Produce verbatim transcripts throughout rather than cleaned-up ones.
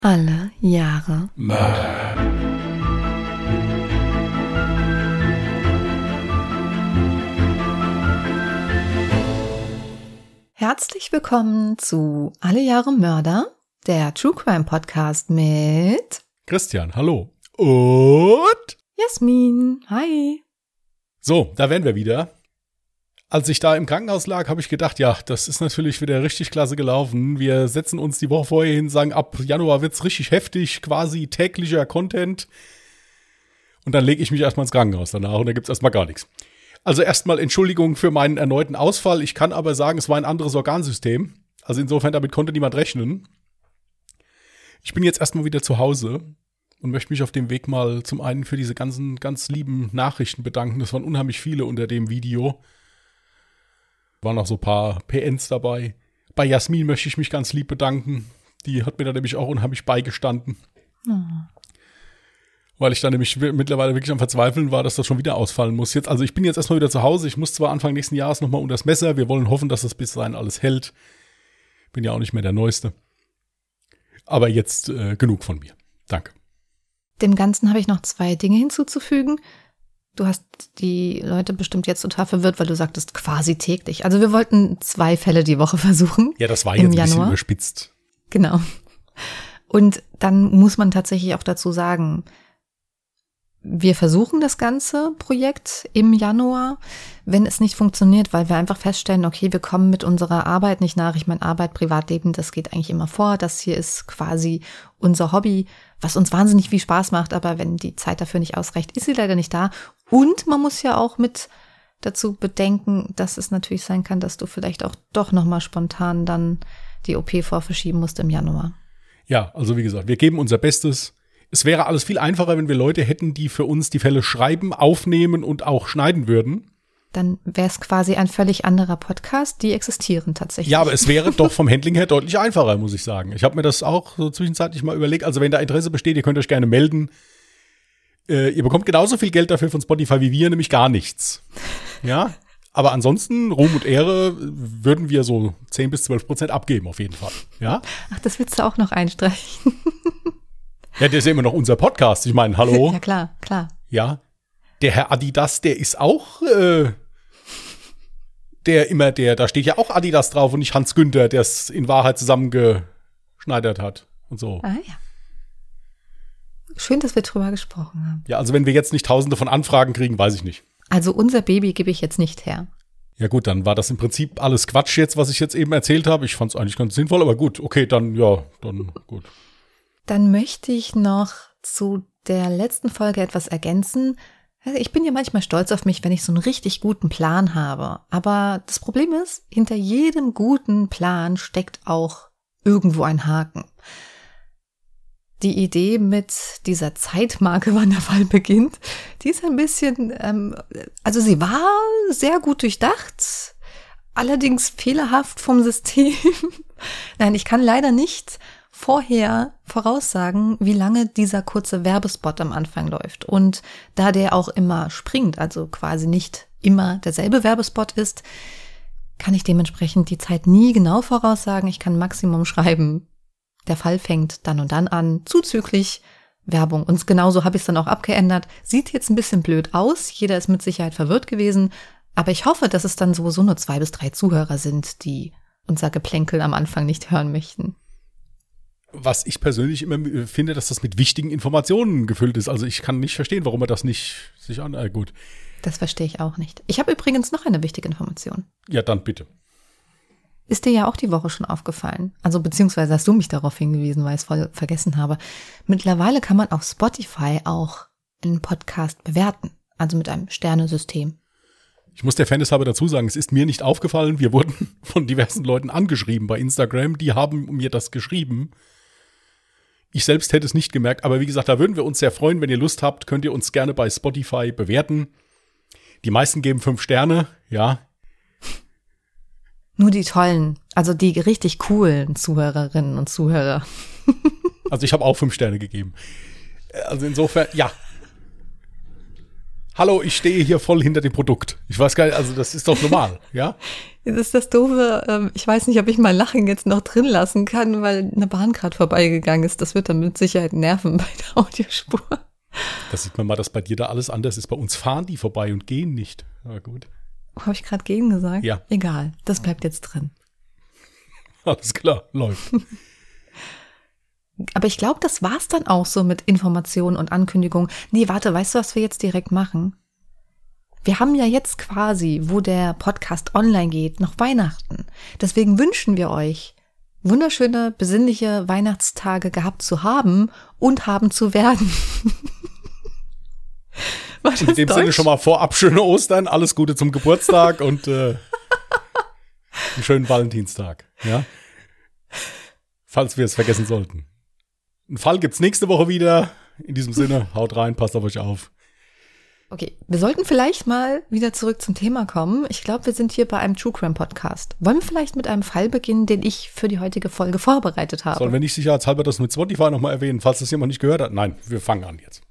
Alle Jahre Mörder. Herzlich willkommen zu Alle Jahre Mörder, der True Crime Podcast mit Christian, hallo. Und Jasmin, hi. So, da wären wir wieder. Als ich da im Krankenhaus lag, habe ich gedacht, ja, das ist natürlich wieder richtig klasse gelaufen. Wir setzen uns die Woche vorher hin, sagen, ab Januar wird's richtig heftig, quasi täglicher Content. Und dann lege ich mich erstmal ins Krankenhaus danach und da gibt's erstmal gar nichts. Also erstmal Entschuldigung für meinen erneuten Ausfall. Ich kann aber sagen, es war ein anderes Organsystem. Also insofern, damit konnte niemand rechnen. Ich bin jetzt erstmal wieder zu Hause und möchte mich auf dem Weg mal zum einen für diese ganzen ganz lieben Nachrichten bedanken. Das waren unheimlich viele unter dem Video. Waren noch so ein paar P Ns dabei. Bei Jasmin möchte ich mich ganz lieb bedanken. Die hat mir da nämlich auch unheimlich beigestanden. Mhm. Weil ich da nämlich mittlerweile wirklich am Verzweifeln war, dass das schon wieder ausfallen muss. Jetzt, also ich bin jetzt erstmal wieder zu Hause. Ich muss zwar Anfang nächsten Jahres nochmal unter das Messer. Wir wollen hoffen, dass das bis dahin alles hält. Bin ja auch nicht mehr der Neueste. Aber jetzt äh, genug von mir. Danke. Dem Ganzen habe ich noch zwei Dinge hinzuzufügen. Du hast die Leute bestimmt jetzt total verwirrt, weil du sagtest quasi täglich. Also wir wollten zwei Fälle die Woche versuchen. Ja, das war jetzt ein bisschen überspitzt. Genau. Und dann muss man tatsächlich auch dazu sagen, wir versuchen das ganze Projekt im Januar. Wenn es nicht funktioniert, weil wir einfach feststellen, okay, wir kommen mit unserer Arbeit nicht nach. Ich meine, Arbeit, Privatleben, das geht eigentlich immer vor. Das hier ist quasi unser Hobby, was uns wahnsinnig viel Spaß macht. Aber wenn die Zeit dafür nicht ausreicht, ist sie leider nicht da. Und man muss ja auch mit dazu bedenken, dass es natürlich sein kann, dass du vielleicht auch doch nochmal spontan dann die O P vorverschieben musst im Januar. Ja, also wie gesagt, wir geben unser Bestes. Es wäre alles viel einfacher, wenn wir Leute hätten, die für uns die Fälle schreiben, aufnehmen und auch schneiden würden. Dann wäre es quasi ein völlig anderer Podcast. Die existieren tatsächlich. Ja, aber es wäre doch vom Handling her deutlich einfacher, muss ich sagen. Ich habe mir das auch so zwischenzeitlich mal überlegt. Also wenn da Interesse besteht, ihr könnt euch gerne melden. Äh, ihr bekommt genauso viel Geld dafür von Spotify wie wir, nämlich gar nichts. Ja, aber ansonsten, Ruhm und Ehre, würden wir so zehn bis zwölf Prozent abgeben, auf jeden Fall. Ja? Ach, das willst du auch noch einstreichen. Ja, der ist ja immer noch unser Podcast. Ich meine, hallo? Ja, klar, klar. Ja, der Herr Adidas, der ist auch, äh, der immer, der, da steht ja auch Adidas drauf und nicht Hans Günther, der es in Wahrheit zusammengeschneidert hat und so. Ah ja. Schön, dass wir drüber gesprochen haben. Ja, also wenn wir jetzt nicht tausende von Anfragen kriegen, weiß ich nicht. Also unser Baby gebe ich jetzt nicht her. Ja gut, dann war das im Prinzip alles Quatsch jetzt, was ich jetzt eben erzählt habe. Ich fand es eigentlich ganz sinnvoll, aber gut, okay, dann, ja, dann gut. Dann möchte ich noch zu der letzten Folge etwas ergänzen. Ich bin ja manchmal stolz auf mich, wenn ich so einen richtig guten Plan habe. Aber das Problem ist, hinter jedem guten Plan steckt auch irgendwo ein Haken. Die Idee mit dieser Zeitmarke, wann der Fall beginnt, die ist ein bisschen, ähm, also sie war sehr gut durchdacht, allerdings fehlerhaft vom System. Nein, ich kann leider nicht vorher voraussagen, wie lange dieser kurze Werbespot am Anfang läuft. Und da der auch immer springt, also quasi nicht immer derselbe Werbespot ist, kann ich dementsprechend die Zeit nie genau voraussagen. Ich kann Maximum schreiben, der Fall fängt dann und dann an, zuzüglich Werbung. Und genauso habe ich es dann auch abgeändert. Sieht jetzt ein bisschen blöd aus, jeder ist mit Sicherheit verwirrt gewesen, aber ich hoffe, dass es dann sowieso nur zwei bis drei Zuhörer sind, die unser Geplänkel am Anfang nicht hören möchten. Was ich persönlich immer finde, dass das mit wichtigen Informationen gefüllt ist. Also ich kann nicht verstehen, warum er das nicht sich an... Äh, gut. Das verstehe ich auch nicht. Ich habe übrigens noch eine wichtige Information. Ja, dann bitte. Ist dir ja auch die Woche schon aufgefallen. Also beziehungsweise hast du mich darauf hingewiesen, weil ich es voll vergessen habe. Mittlerweile kann man auf Spotify auch einen Podcast bewerten. Also mit einem Sternesystem. Ich muss der Fairness halber dazu sagen, es ist mir nicht aufgefallen. Wir wurden von diversen Leuten angeschrieben bei Instagram. Die haben mir das geschrieben. Ich selbst hätte es nicht gemerkt, aber wie gesagt, da würden wir uns sehr freuen. Wenn ihr Lust habt, könnt ihr uns gerne bei Spotify bewerten. Die meisten geben fünf Sterne, ja. Nur die tollen, also die richtig coolen Zuhörerinnen und Zuhörer. Also ich habe auch fünf Sterne gegeben. Also insofern, ja. Hallo, ich stehe hier voll hinter dem Produkt. Ich weiß gar nicht, also das ist doch normal, ja? Das ist das Doofe. Ich weiß nicht, ob ich mein Lachen jetzt noch drin lassen kann, weil eine Bahn gerade vorbeigegangen ist. Das wird dann mit Sicherheit nerven bei der Audiospur. Da sieht man mal, dass bei dir da alles anders ist. Bei uns fahren die vorbei und gehen nicht. Na gut. Habe ich gerade gegen gesagt? Ja. Egal, das bleibt jetzt drin. Alles klar, läuft. Aber ich glaube, das war's dann auch so mit Informationen und Ankündigungen. Nee, warte, weißt du, was wir jetzt direkt machen? Wir haben ja jetzt quasi, wo der Podcast online geht, noch Weihnachten. Deswegen wünschen wir euch, wunderschöne, besinnliche Weihnachtstage gehabt zu haben und haben zu werden. Und in dem Deutsch? Sinne schon mal vorab schöne Ostern, alles Gute zum Geburtstag und äh, einen schönen Valentinstag. Ja? Falls wir es vergessen sollten. Einen Fall gibt's nächste Woche wieder. In diesem Sinne, haut rein, passt auf euch auf. Okay, wir sollten vielleicht mal wieder zurück zum Thema kommen. Ich glaube, wir sind hier bei einem True Crime Podcast. Wollen wir vielleicht mit einem Fall beginnen, den ich für die heutige Folge vorbereitet habe? Sollen wir nicht sicherheitshalber das mit Spotify nochmal erwähnen, falls das jemand nicht gehört hat? Nein, wir fangen an jetzt.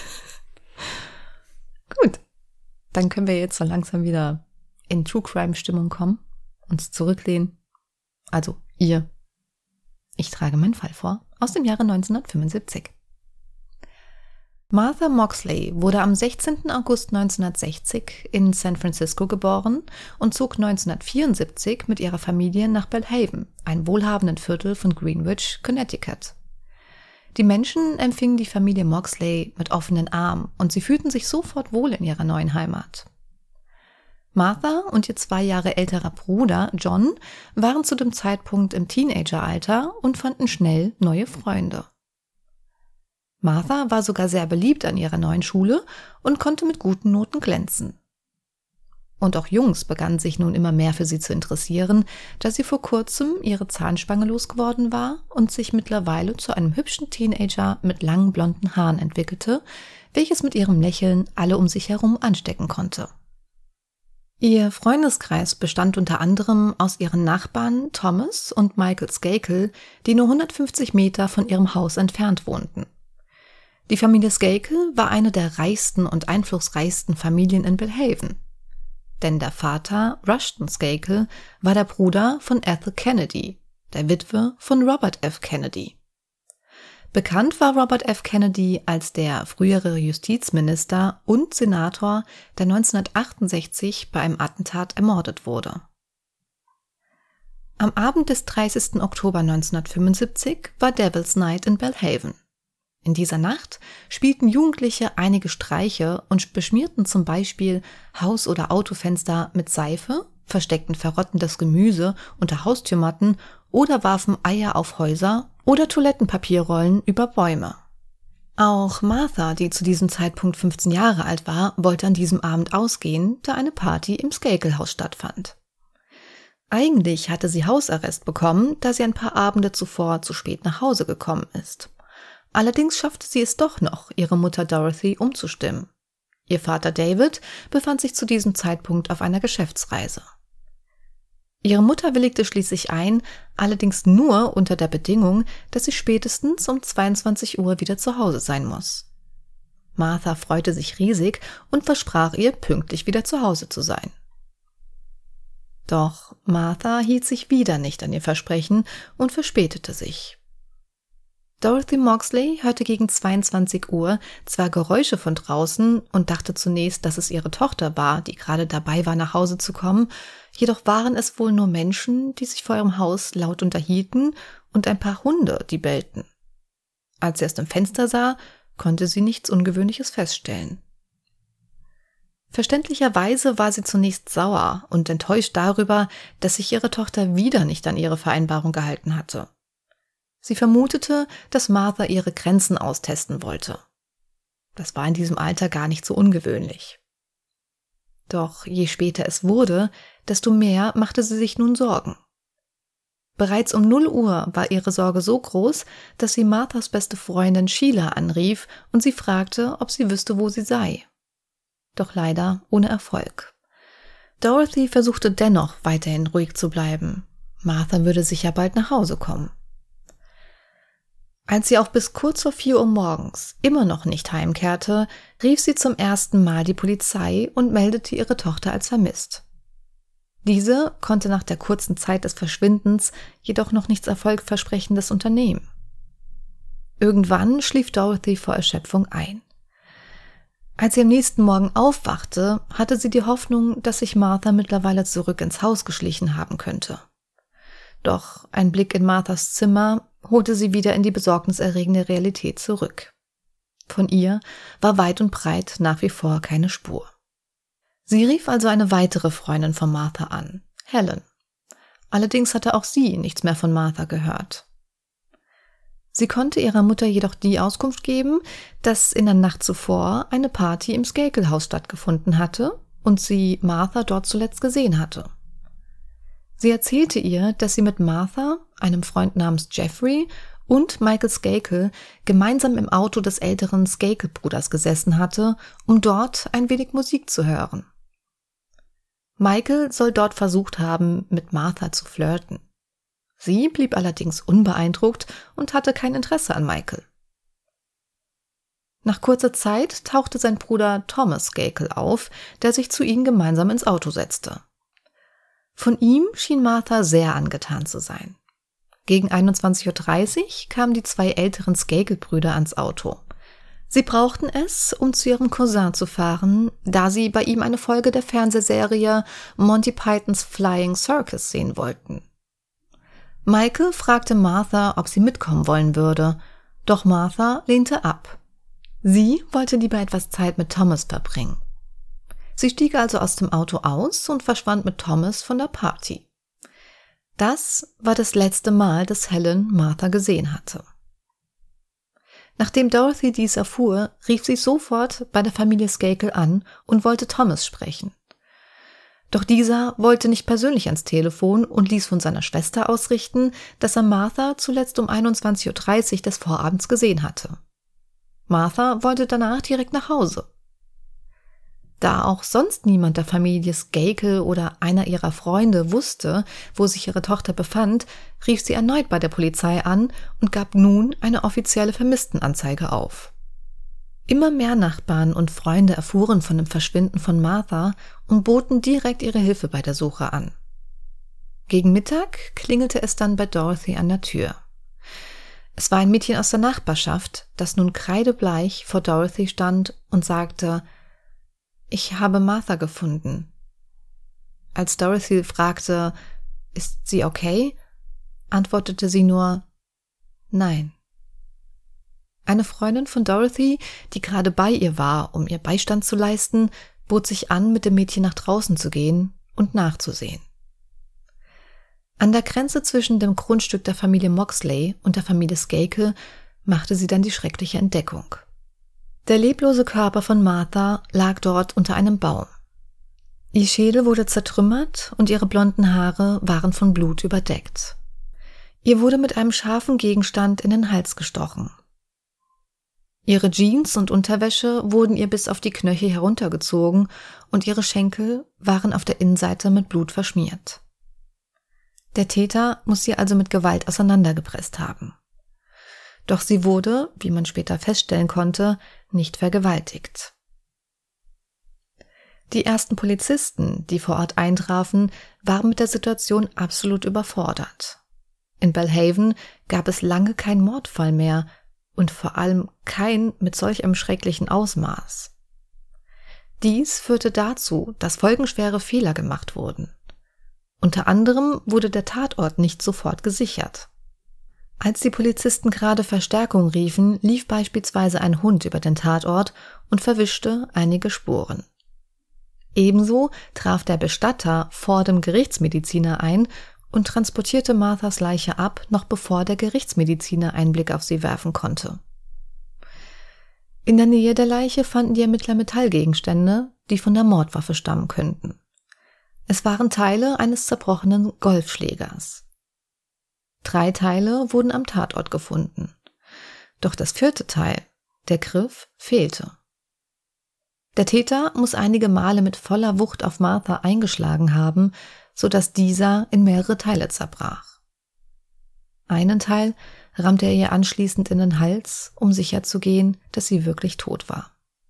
Gut, dann können wir jetzt so langsam wieder in True Crime Stimmung kommen, uns zurücklehnen. Also ihr. Ich trage meinen Fall vor, aus dem Jahre neunzehnhundertfünfundsiebzig. Martha Moxley wurde am sechzehnten August neunzehnhundertsechzig in San Francisco geboren und zog neunzehnhundertvierundsiebzig mit ihrer Familie nach Belhaven, einem wohlhabenden Viertel von Greenwich, Connecticut. Die Menschen empfingen die Familie Moxley mit offenen Armen und sie fühlten sich sofort wohl in ihrer neuen Heimat. Martha und ihr zwei Jahre älterer Bruder John waren zu dem Zeitpunkt im Teenageralter und fanden schnell neue Freunde. Martha war sogar sehr beliebt an ihrer neuen Schule und konnte mit guten Noten glänzen. Und auch Jungs begannen sich nun immer mehr für sie zu interessieren, da sie vor kurzem ihre Zahnspange losgeworden war und sich mittlerweile zu einem hübschen Teenager mit langen blonden Haaren entwickelte, welches mit ihrem Lächeln alle um sich herum anstecken konnte. Ihr Freundeskreis bestand unter anderem aus ihren Nachbarn Thomas und Michael Skakel, die nur hundertfünfzig Meter von ihrem Haus entfernt wohnten. Die Familie Skakel war eine der reichsten und einflussreichsten Familien in Belhaven. Denn der Vater, Rushton Skakel, war der Bruder von Ethel Kennedy, der Witwe von Robert F. Kennedy. Bekannt war Robert F. Kennedy als der frühere Justizminister und Senator, der neunzehnhundertachtundsechzig bei einem Attentat ermordet wurde. Am Abend des dreißigsten Oktober neunzehnhundertfünfundsiebzig war Devil's Night in Belhaven. In dieser Nacht spielten Jugendliche einige Streiche und beschmierten zum Beispiel Haus- oder Autofenster mit Seife, versteckten verrottendes Gemüse unter Haustürmatten oder warfen Eier auf Häuser oder Toilettenpapierrollen über Bäume. Auch Martha, die zu diesem Zeitpunkt fünfzehn Jahre alt war, wollte an diesem Abend ausgehen, da eine Party im Skakel-Haus stattfand. Eigentlich hatte sie Hausarrest bekommen, da sie ein paar Abende zuvor zu spät nach Hause gekommen ist. Allerdings schaffte sie es doch noch, ihre Mutter Dorothy umzustimmen. Ihr Vater David befand sich zu diesem Zeitpunkt auf einer Geschäftsreise. Ihre Mutter willigte schließlich ein, allerdings nur unter der Bedingung, dass sie spätestens um zweiundzwanzig Uhr wieder zu Hause sein muss. Martha freute sich riesig und versprach ihr, pünktlich wieder zu Hause zu sein. Doch Martha hielt sich wieder nicht an ihr Versprechen und verspätete sich. Dorothy Moxley hörte gegen zweiundzwanzig Uhr zwar Geräusche von draußen und dachte zunächst, dass es ihre Tochter war, die gerade dabei war, nach Hause zu kommen, jedoch waren es wohl nur Menschen, die sich vor ihrem Haus laut unterhielten und ein paar Hunde, die bellten. Als sie aus dem Fenster sah, konnte sie nichts Ungewöhnliches feststellen. Verständlicherweise war sie zunächst sauer und enttäuscht darüber, dass sich ihre Tochter wieder nicht an ihre Vereinbarung gehalten hatte. Sie vermutete, dass Martha ihre Grenzen austesten wollte. Das war in diesem Alter gar nicht so ungewöhnlich. Doch je später es wurde, desto mehr machte sie sich nun Sorgen. Bereits um null Uhr war ihre Sorge so groß, dass sie Marthas beste Freundin Sheila anrief und sie fragte, ob sie wüsste, wo sie sei. Doch leider ohne Erfolg. Dorothy versuchte dennoch weiterhin ruhig zu bleiben. Martha würde sicher bald nach Hause kommen. Als sie auch bis kurz vor vier Uhr morgens immer noch nicht heimkehrte, rief sie zum ersten Mal die Polizei und meldete ihre Tochter als vermisst. Diese konnte nach der kurzen Zeit des Verschwindens jedoch noch nichts Erfolgversprechendes unternehmen. Irgendwann schlief Dorothy vor Erschöpfung ein. Als sie am nächsten Morgen aufwachte, hatte sie die Hoffnung, dass sich Martha mittlerweile zurück ins Haus geschlichen haben könnte. Doch ein Blick in Marthas Zimmer holte sie wieder in die besorgniserregende Realität zurück. Von ihr war weit und breit nach wie vor keine Spur. Sie rief also eine weitere Freundin von Martha an, Helen. Allerdings hatte auch sie nichts mehr von Martha gehört. Sie konnte ihrer Mutter jedoch die Auskunft geben, dass in der Nacht zuvor eine Party im Skakel-Haus stattgefunden hatte und sie Martha dort zuletzt gesehen hatte. Sie erzählte ihr, dass sie mit Martha, einem Freund namens Jeffrey und Michael Skakel gemeinsam im Auto des älteren Skakel-Bruders gesessen hatte, um dort ein wenig Musik zu hören. Michael soll dort versucht haben, mit Martha zu flirten. Sie blieb allerdings unbeeindruckt und hatte kein Interesse an Michael. Nach kurzer Zeit tauchte sein Bruder Thomas Skakel auf, der sich zu ihnen gemeinsam ins Auto setzte. Von ihm schien Martha sehr angetan zu sein. Gegen einundzwanzig Uhr dreißig kamen die zwei älteren Skakel-Brüder ans Auto. Sie brauchten es, um zu ihrem Cousin zu fahren, da sie bei ihm eine Folge der Fernsehserie Monty Pythons Flying Circus sehen wollten. Michael fragte Martha, ob sie mitkommen wollen würde, doch Martha lehnte ab. Sie wollte lieber etwas Zeit mit Thomas verbringen. Sie stieg also aus dem Auto aus und verschwand mit Thomas von der Party. Das war das letzte Mal, dass Helen Martha gesehen hatte. Nachdem Dorothy dies erfuhr, rief sie sofort bei der Familie Skakel an und wollte Thomas sprechen. Doch dieser wollte nicht persönlich ans Telefon und ließ von seiner Schwester ausrichten, dass er Martha zuletzt um einundzwanzig Uhr dreißig des Vorabends gesehen hatte. Martha wollte danach direkt nach Hause. Da auch sonst niemand der Familie Skakel oder einer ihrer Freunde wusste, wo sich ihre Tochter befand, rief sie erneut bei der Polizei an und gab nun eine offizielle Vermisstenanzeige auf. Immer mehr Nachbarn und Freunde erfuhren von dem Verschwinden von Martha und boten direkt ihre Hilfe bei der Suche an. Gegen Mittag klingelte es dann bei Dorothy an der Tür. Es war ein Mädchen aus der Nachbarschaft, das nun kreidebleich vor Dorothy stand und sagte: »Ich habe Martha gefunden.« Als Dorothy fragte, »Ist sie okay?«, antwortete sie nur, »Nein.« Eine Freundin von Dorothy, die gerade bei ihr war, um ihr Beistand zu leisten, bot sich an, mit dem Mädchen nach draußen zu gehen und nachzusehen. An der Grenze zwischen dem Grundstück der Familie Moxley und der Familie Skakel machte sie dann die schreckliche Entdeckung. Der leblose Körper von Martha lag dort unter einem Baum. Ihr Schädel wurde zertrümmert und ihre blonden Haare waren von Blut überdeckt. Ihr wurde mit einem scharfen Gegenstand in den Hals gestochen. Ihre Jeans und Unterwäsche wurden ihr bis auf die Knöchel heruntergezogen und ihre Schenkel waren auf der Innenseite mit Blut verschmiert. Der Täter muss sie also mit Gewalt auseinandergepresst haben. Doch sie wurde, wie man später feststellen konnte, nicht vergewaltigt. Die ersten Polizisten, die vor Ort eintrafen, waren mit der Situation absolut überfordert. In Belhaven gab es lange keinen Mordfall mehr und vor allem keinen mit solch einem schrecklichen Ausmaß. Dies führte dazu, dass folgenschwere Fehler gemacht wurden. Unter anderem wurde der Tatort nicht sofort gesichert. Als die Polizisten gerade Verstärkung riefen, lief beispielsweise ein Hund über den Tatort und verwischte einige Spuren. Ebenso traf der Bestatter vor dem Gerichtsmediziner ein und transportierte Marthas Leiche ab, noch bevor der Gerichtsmediziner einen Blick auf sie werfen konnte. In der Nähe der Leiche fanden die Ermittler Metallgegenstände, die von der Mordwaffe stammen könnten. Es waren Teile eines zerbrochenen Golfschlägers. Drei Teile wurden am Tatort gefunden. Doch das vierte Teil, der Griff, fehlte. Der Täter muss einige Male mit voller Wucht auf Martha eingeschlagen haben, sodass dieser in mehrere Teile zerbrach. Einen Teil rammte er ihr anschließend in den Hals, um sicherzugehen, dass sie wirklich tot war.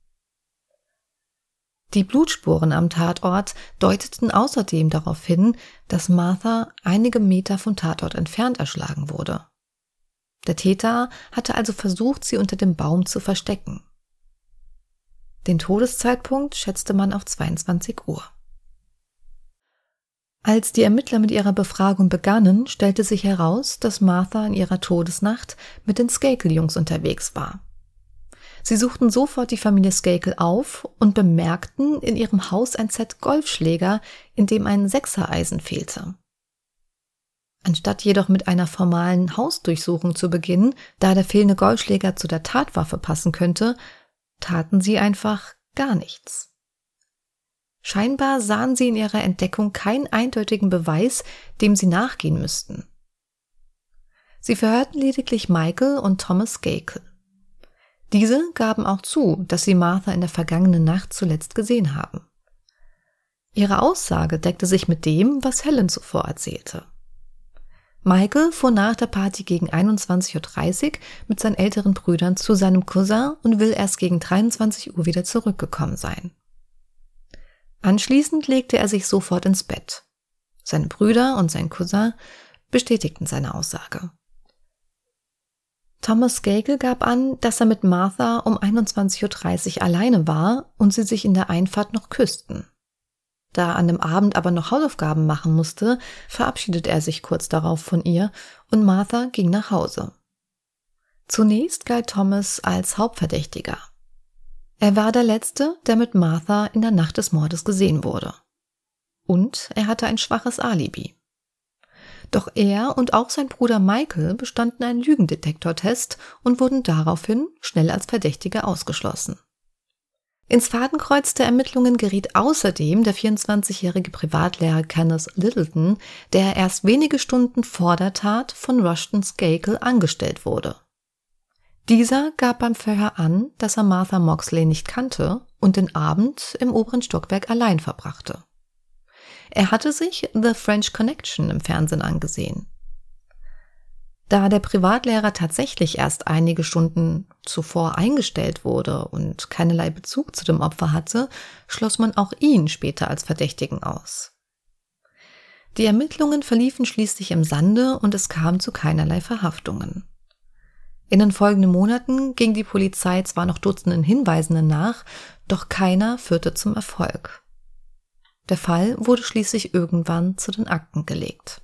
Die Blutspuren am Tatort deuteten außerdem darauf hin, dass Martha einige Meter vom Tatort entfernt erschlagen wurde. Der Täter hatte also versucht, sie unter dem Baum zu verstecken. Den Todeszeitpunkt schätzte man auf zweiundzwanzig Uhr. Als die Ermittler mit ihrer Befragung begannen, stellte sich heraus, dass Martha in ihrer Todesnacht mit den Skakel-Jungs unterwegs war. Sie suchten sofort die Familie Skakel auf und bemerkten in ihrem Haus ein Set Golfschläger, in dem ein Sechsereisen fehlte. Anstatt jedoch mit einer formalen Hausdurchsuchung zu beginnen, da der fehlende Golfschläger zu der Tatwaffe passen könnte, taten sie einfach gar nichts. Scheinbar sahen sie in ihrer Entdeckung keinen eindeutigen Beweis, dem sie nachgehen müssten. Sie verhörten lediglich Michael und Thomas Skakel. Diese gaben auch zu, dass sie Martha in der vergangenen Nacht zuletzt gesehen haben. Ihre Aussage deckte sich mit dem, was Helen zuvor erzählte. Michael fuhr nach der Party gegen einundzwanzig Uhr dreißig mit seinen älteren Brüdern zu seinem Cousin und will erst gegen dreiundzwanzig Uhr wieder zurückgekommen sein. Anschließend legte er sich sofort ins Bett. Seine Brüder und sein Cousin bestätigten seine Aussage. Thomas Skakel gab an, dass er mit Martha um einundzwanzig Uhr dreißig alleine war und sie sich in der Einfahrt noch küssten. Da er an dem Abend aber noch Hausaufgaben machen musste, verabschiedete er sich kurz darauf von ihr und Martha ging nach Hause. Zunächst galt Thomas als Hauptverdächtiger. Er war der Letzte, der mit Martha in der Nacht des Mordes gesehen wurde. Und er hatte ein schwaches Alibi. Doch er und auch sein Bruder Michael bestanden einen Lügendetektortest und wurden daraufhin schnell als Verdächtige ausgeschlossen. Ins Fadenkreuz der Ermittlungen geriet außerdem der vierundzwanzigjährige Privatlehrer Kenneth Littleton, der erst wenige Stunden vor der Tat von Rushton Skakel angestellt wurde. Dieser gab beim Verhör an, dass er Martha Moxley nicht kannte und den Abend im oberen Stockwerk allein verbrachte. Er hatte sich The French Connection im Fernsehen angesehen. Da der Privatlehrer tatsächlich erst einige Stunden zuvor eingestellt wurde und keinerlei Bezug zu dem Opfer hatte, schloss man auch ihn später als Verdächtigen aus. Die Ermittlungen verliefen schließlich im Sande und es kam zu keinerlei Verhaftungen. In den folgenden Monaten ging die Polizei zwar noch Dutzenden Hinweisen nach, doch keiner führte zum Erfolg. Der Fall wurde schließlich irgendwann zu den Akten gelegt.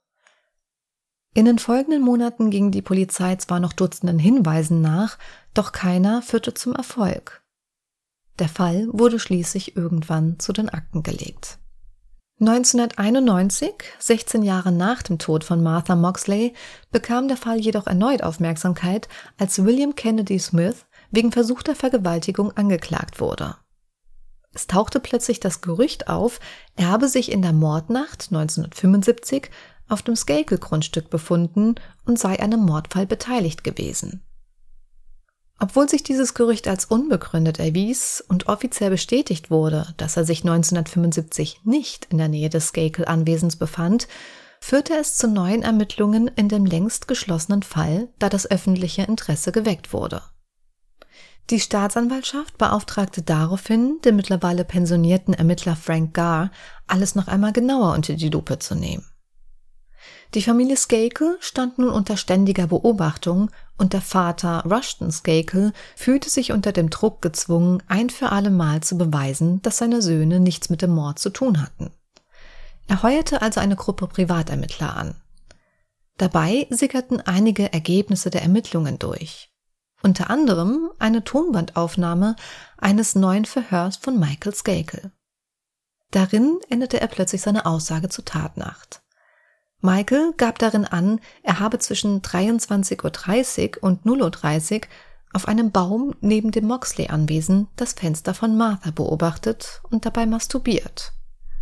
In den folgenden Monaten ging die Polizei zwar noch Dutzenden Hinweisen nach, doch keiner führte zum Erfolg. Der Fall wurde schließlich irgendwann zu den Akten gelegt. neunzehnhunderteinundneunzig, sechzehn Jahre nach dem Tod von Martha Moxley, bekam der Fall jedoch erneut Aufmerksamkeit, als William Kennedy Smith wegen versuchter Vergewaltigung angeklagt wurde. Es tauchte plötzlich das Gerücht auf, er habe sich in der Mordnacht neunzehnhundertfünfundsiebzig auf dem Skakel-Grundstück befunden und sei an einem Mordfall beteiligt gewesen. Obwohl sich dieses Gerücht als unbegründet erwies und offiziell bestätigt wurde, dass er sich neunzehnhundertfünfundsiebzig nicht in der Nähe des Skakel-Anwesens befand, führte es zu neuen Ermittlungen in dem längst geschlossenen Fall, da das öffentliche Interesse geweckt wurde. Die Staatsanwaltschaft beauftragte daraufhin den mittlerweile pensionierten Ermittler Frank Garr, alles noch einmal genauer unter die Lupe zu nehmen. Die Familie Skakel stand nun unter ständiger Beobachtung und der Vater Rushton Skakel fühlte sich unter dem Druck gezwungen, ein für alle Mal zu beweisen, dass seine Söhne nichts mit dem Mord zu tun hatten. Er heuerte also eine Gruppe Privatermittler an. Dabei sickerten einige Ergebnisse der Ermittlungen durch. Unter anderem eine Tonbandaufnahme eines neuen Verhörs von Michael Skakel. Darin änderte er plötzlich seine Aussage zur Tatnacht. Michael gab darin an, er habe zwischen dreiundzwanzig Uhr dreißig und null Uhr dreißig auf einem Baum neben dem Moxley-Anwesen das Fenster von Martha beobachtet und dabei masturbiert.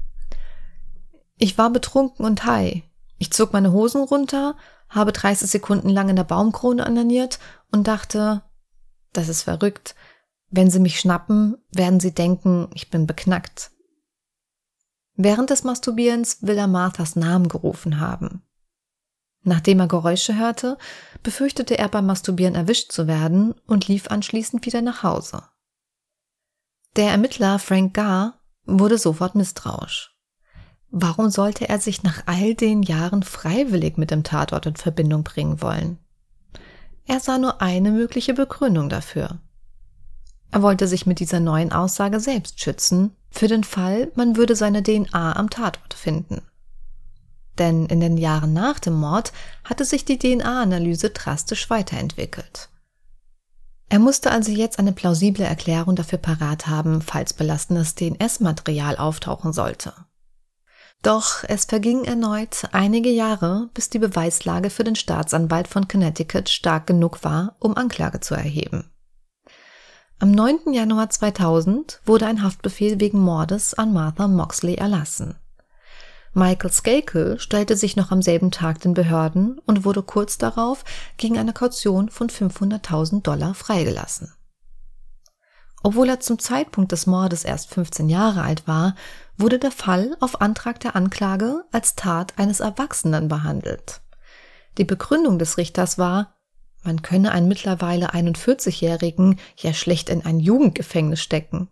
Ich war betrunken und high. Ich zog meine Hosen runter, habe dreißig Sekunden lang in der Baumkrone onaniert und dachte, das ist verrückt. Wenn sie mich schnappen, werden sie denken, ich bin beknackt. Während des Masturbierens will er Marthas Namen gerufen haben. Nachdem er Geräusche hörte, befürchtete er beim Masturbieren erwischt zu werden und lief anschließend wieder nach Hause. Der Ermittler Frank Garr wurde sofort misstrauisch. Warum sollte er sich nach all den Jahren freiwillig mit dem Tatort in Verbindung bringen wollen? Er sah nur eine mögliche Begründung dafür. Er wollte sich mit dieser neuen Aussage selbst schützen, für den Fall, man würde seine D N A am Tatort finden. Denn in den Jahren nach dem Mord hatte sich die D N A-Analyse drastisch weiterentwickelt. Er musste also jetzt eine plausible Erklärung dafür parat haben, falls belastendes D N S-Material auftauchen sollte. Doch es vergingen erneut einige Jahre, bis die Beweislage für den Staatsanwalt von Connecticut stark genug war, um Anklage zu erheben. Am neunten Januar zweitausend wurde ein Haftbefehl wegen Mordes an Martha Moxley erlassen. Michael Skakel stellte sich noch am selben Tag den Behörden und wurde kurz darauf gegen eine Kaution von fünfhunderttausend Dollar freigelassen. Obwohl er zum Zeitpunkt des Mordes erst fünfzehn Jahre alt war, wurde der Fall auf Antrag der Anklage als Tat eines Erwachsenen behandelt. Die Begründung des Richters war, man könne einen mittlerweile einundvierzigjährigen ja schlecht in ein Jugendgefängnis stecken.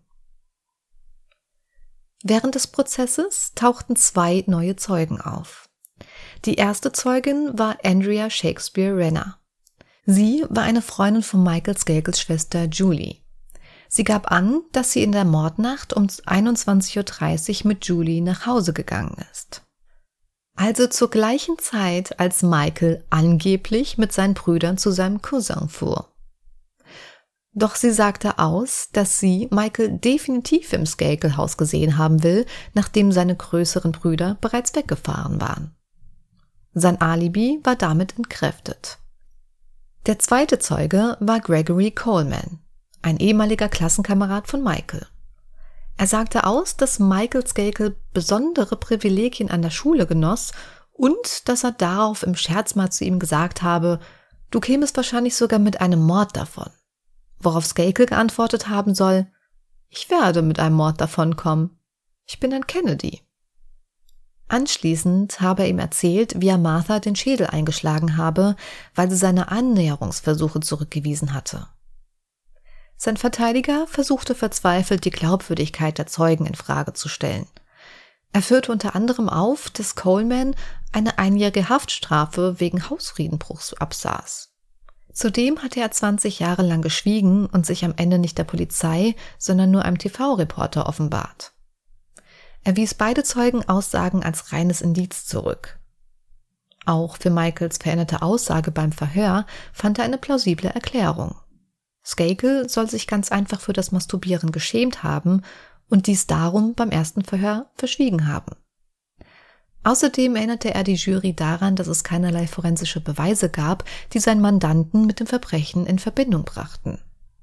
Während des Prozesses tauchten zwei neue Zeugen auf. Die erste Zeugin war Andrea Shakespeare Renner. Sie war eine Freundin von Michael Skakels Schwester Julie. Sie gab an, dass sie in der Mordnacht um einundzwanzig Uhr dreißig mit Julie nach Hause gegangen ist. Also zur gleichen Zeit, als Michael angeblich mit seinen Brüdern zu seinem Cousin fuhr. Doch sie sagte aus, dass sie Michael definitiv im Skakel-Haus gesehen haben will, nachdem seine größeren Brüder bereits weggefahren waren. Sein Alibi war damit entkräftet. Der zweite Zeuge war Gregory Coleman, ein ehemaliger Klassenkamerad von Michael. Er sagte aus, dass Michael Skakel besondere Privilegien an der Schule genoss und dass er darauf im Scherz mal zu ihm gesagt habe, du kämest wahrscheinlich sogar mit einem Mord davon. Worauf Skakel geantwortet haben soll, ich werde mit einem Mord davonkommen. Ich bin ein Kennedy. Anschließend habe er ihm erzählt, wie er Martha den Schädel eingeschlagen habe, weil sie seine Annäherungsversuche zurückgewiesen hatte. Sein Verteidiger versuchte verzweifelt, die Glaubwürdigkeit der Zeugen in Frage zu stellen. Er führte unter anderem auf, dass Coleman eine einjährige Haftstrafe wegen Hausfriedenbruchs absaß. Zudem hatte er zwanzig Jahre lang geschwiegen und sich am Ende nicht der Polizei, sondern nur einem T V-Reporter offenbart. Er wies beide Zeugenaussagen als reines Indiz zurück. Auch für Michaels veränderte Aussage beim Verhör fand er eine plausible Erklärung. Skakel soll sich ganz einfach für das Masturbieren geschämt haben und dies darum beim ersten Verhör verschwiegen haben. Außerdem erinnerte er die Jury daran, dass es keinerlei forensische Beweise gab, die seinen Mandanten mit dem Verbrechen in Verbindung brachten.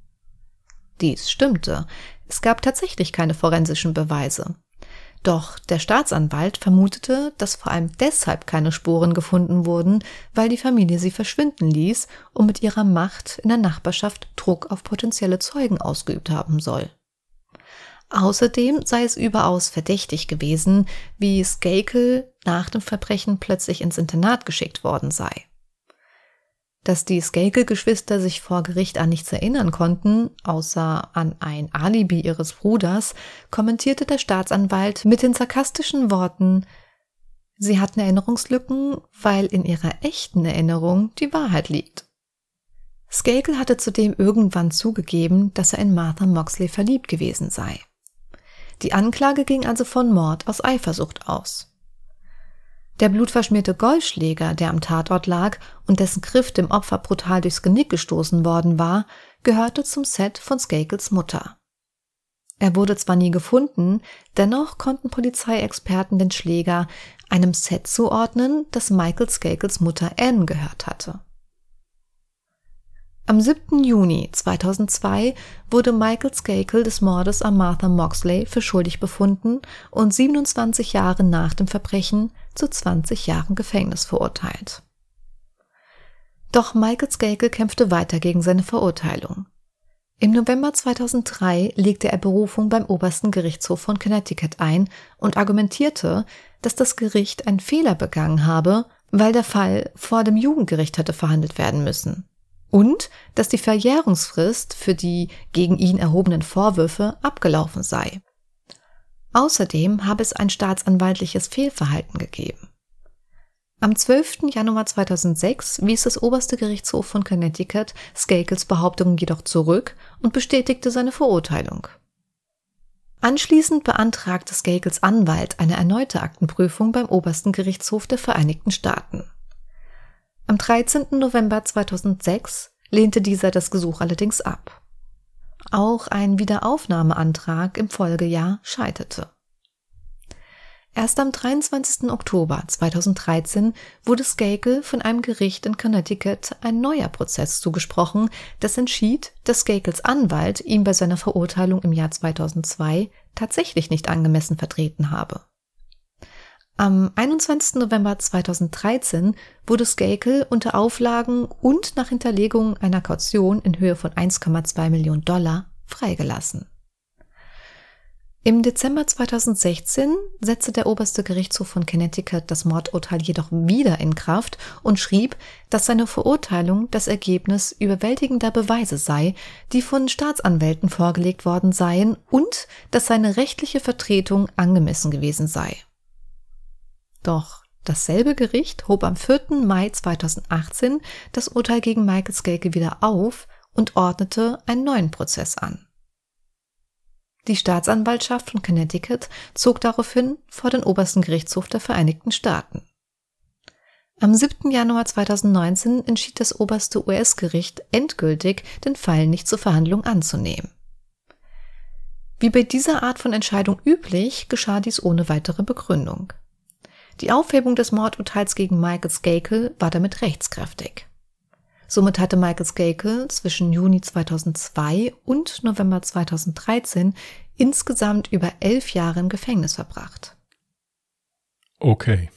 Dies stimmte, es gab tatsächlich keine forensischen Beweise. Doch der Staatsanwalt vermutete, dass vor allem deshalb keine Spuren gefunden wurden, weil die Familie sie verschwinden ließ und mit ihrer Macht in der Nachbarschaft Druck auf potenzielle Zeugen ausgeübt haben soll. Außerdem sei es überaus verdächtig gewesen, wie Skakel nach dem Verbrechen plötzlich ins Internat geschickt worden sei. Dass die Skakel-Geschwister sich vor Gericht an nichts erinnern konnten, außer an ein Alibi ihres Bruders, kommentierte der Staatsanwalt mit den sarkastischen Worten, sie hatten Erinnerungslücken, weil in ihrer echten Erinnerung die Wahrheit liegt. Skakel hatte zudem irgendwann zugegeben, dass er in Martha Moxley verliebt gewesen sei. Die Anklage ging also von Mord aus Eifersucht aus. Der blutverschmierte Golfschläger, der am Tatort lag und dessen Griff dem Opfer brutal durchs Genick gestoßen worden war, gehörte zum Set von Skakels Mutter. Er wurde zwar nie gefunden, dennoch konnten Polizeiexperten den Schläger einem Set zuordnen, das Michael Skakels Mutter Anne gehört hatte. Am siebten Juni zweitausendzwei wurde Michael Skakel des Mordes an Martha Moxley für schuldig befunden und siebenundzwanzig Jahre nach dem Verbrechen zu zwanzig Jahren Gefängnis verurteilt. Doch Michael Skakel kämpfte weiter gegen seine Verurteilung. Im November zweitausenddrei legte er Berufung beim obersten Gerichtshof von Connecticut ein und argumentierte, dass das Gericht einen Fehler begangen habe, weil der Fall vor dem Jugendgericht hätte verhandelt werden müssen und dass die Verjährungsfrist für die gegen ihn erhobenen Vorwürfe abgelaufen sei. Außerdem habe es ein staatsanwaltliches Fehlverhalten gegeben. Am zwölften Januar zweitausendsechs wies das oberste Gerichtshof von Connecticut Skakels Behauptungen jedoch zurück und bestätigte seine Verurteilung. Anschließend beantragte Skakels Anwalt eine erneute Aktenprüfung beim obersten Gerichtshof der Vereinigten Staaten. Am dreizehnten November zweitausendsechs lehnte dieser das Gesuch allerdings ab. Auch ein Wiederaufnahmeantrag im Folgejahr scheiterte. Erst am dreiundzwanzigsten Oktober zweitausenddreizehn wurde Skakel von einem Gericht in Connecticut ein neuer Prozess zugesprochen, das entschied, dass Skakels Anwalt ihn bei seiner Verurteilung im Jahr zweitausendzwei tatsächlich nicht angemessen vertreten habe. Am einundzwanzigsten November zweitausenddreizehn wurde Skakel unter Auflagen und nach Hinterlegung einer Kaution in Höhe von eins Komma zwei Millionen Dollar freigelassen. Im Dezember zweitausendsechzehn setzte der oberste Gerichtshof von Connecticut das Mordurteil jedoch wieder in Kraft und schrieb, dass seine Verurteilung das Ergebnis überwältigender Beweise sei, die von Staatsanwälten vorgelegt worden seien und dass seine rechtliche Vertretung angemessen gewesen sei. Doch dasselbe Gericht hob am vierten Mai zweitausendachtzehn das Urteil gegen Michael Skakel wieder auf und ordnete einen neuen Prozess an. Die Staatsanwaltschaft von Connecticut zog daraufhin vor den obersten Gerichtshof der Vereinigten Staaten. Am siebten Januar zweitausendneunzehn entschied das oberste U S-Gericht endgültig, den Fall nicht zur Verhandlung anzunehmen. Wie bei dieser Art von Entscheidung üblich, geschah dies ohne weitere Begründung. Die Aufhebung des Mordurteils gegen Michael Skakel war damit rechtskräftig. Somit hatte Michael Skakel zwischen Juni zweitausendzwei und November zweitausenddreizehn insgesamt über elf Jahre im Gefängnis verbracht. Okay.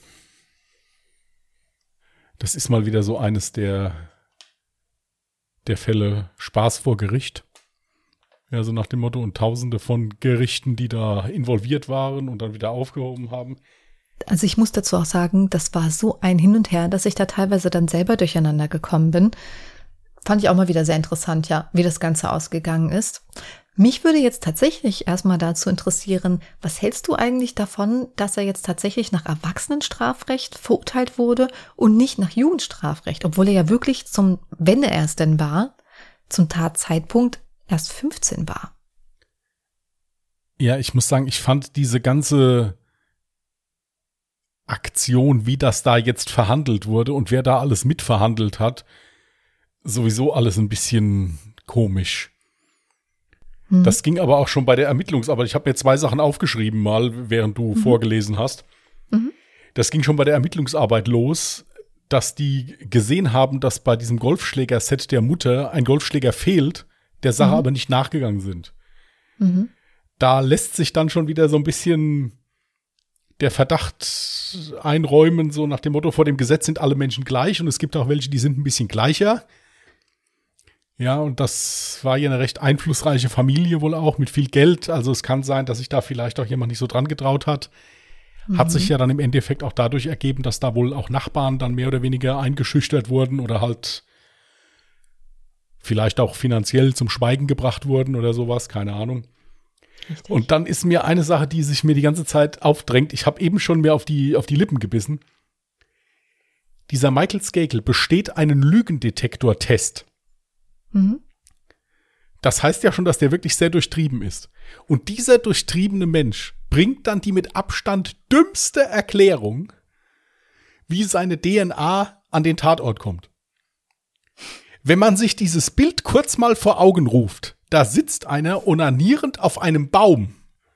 Das ist mal wieder so eines der, der Fälle Spaß vor Gericht. Ja, so nach dem Motto, und tausende von Gerichten, die da involviert waren und dann wieder aufgehoben haben. Also ich muss dazu auch sagen, das war so ein Hin und Her, dass ich da teilweise dann selber durcheinander gekommen bin. Fand ich auch mal wieder sehr interessant, ja, wie das Ganze ausgegangen ist. Mich würde jetzt tatsächlich erstmal dazu interessieren, was hältst du eigentlich davon, dass er jetzt tatsächlich nach Erwachsenenstrafrecht verurteilt wurde und nicht nach Jugendstrafrecht, obwohl er ja wirklich zum, wenn er es denn war, zum Tatzeitpunkt erst fünfzehn war? Ja, ich muss sagen, ich fand diese ganze Aktion, wie das da jetzt verhandelt wurde und wer da alles mitverhandelt hat, sowieso alles ein bisschen komisch. Hm. Das ging aber auch schon bei der Ermittlungsarbeit. Ich habe mir zwei Sachen aufgeschrieben mal, während du mhm. vorgelesen hast. Mhm. Das ging schon bei der Ermittlungsarbeit los, dass die gesehen haben, dass bei diesem Golfschläger-Set der Mutter ein Golfschläger fehlt, der Sache mhm. aber nicht nachgegangen sind. Mhm. Da lässt sich dann schon wieder so ein bisschen der Verdacht einräumen, so nach dem Motto, vor dem Gesetz sind alle Menschen gleich und es gibt auch welche, die sind ein bisschen gleicher. Ja, und das war ja eine recht einflussreiche Familie wohl auch, mit viel Geld. Also es kann sein, dass sich da vielleicht auch jemand nicht so dran getraut hat. Mhm. Hat sich ja dann im Endeffekt auch dadurch ergeben, dass da wohl auch Nachbarn dann mehr oder weniger eingeschüchtert wurden oder halt vielleicht auch finanziell zum Schweigen gebracht wurden oder sowas, keine Ahnung. Richtig. Und dann ist mir eine Sache, die sich mir die ganze Zeit aufdrängt. Ich habe eben schon mir auf die, auf die Lippen gebissen. Dieser Michael Skakel besteht einen Lügendetektor-Test. Mhm. Das heißt ja schon, dass der wirklich sehr durchtrieben ist. Und dieser durchtriebene Mensch bringt dann die mit Abstand dümmste Erklärung, wie seine D N A an den Tatort kommt. Wenn man sich dieses Bild kurz mal vor Augen ruft, da sitzt einer onanierend auf einem Baum.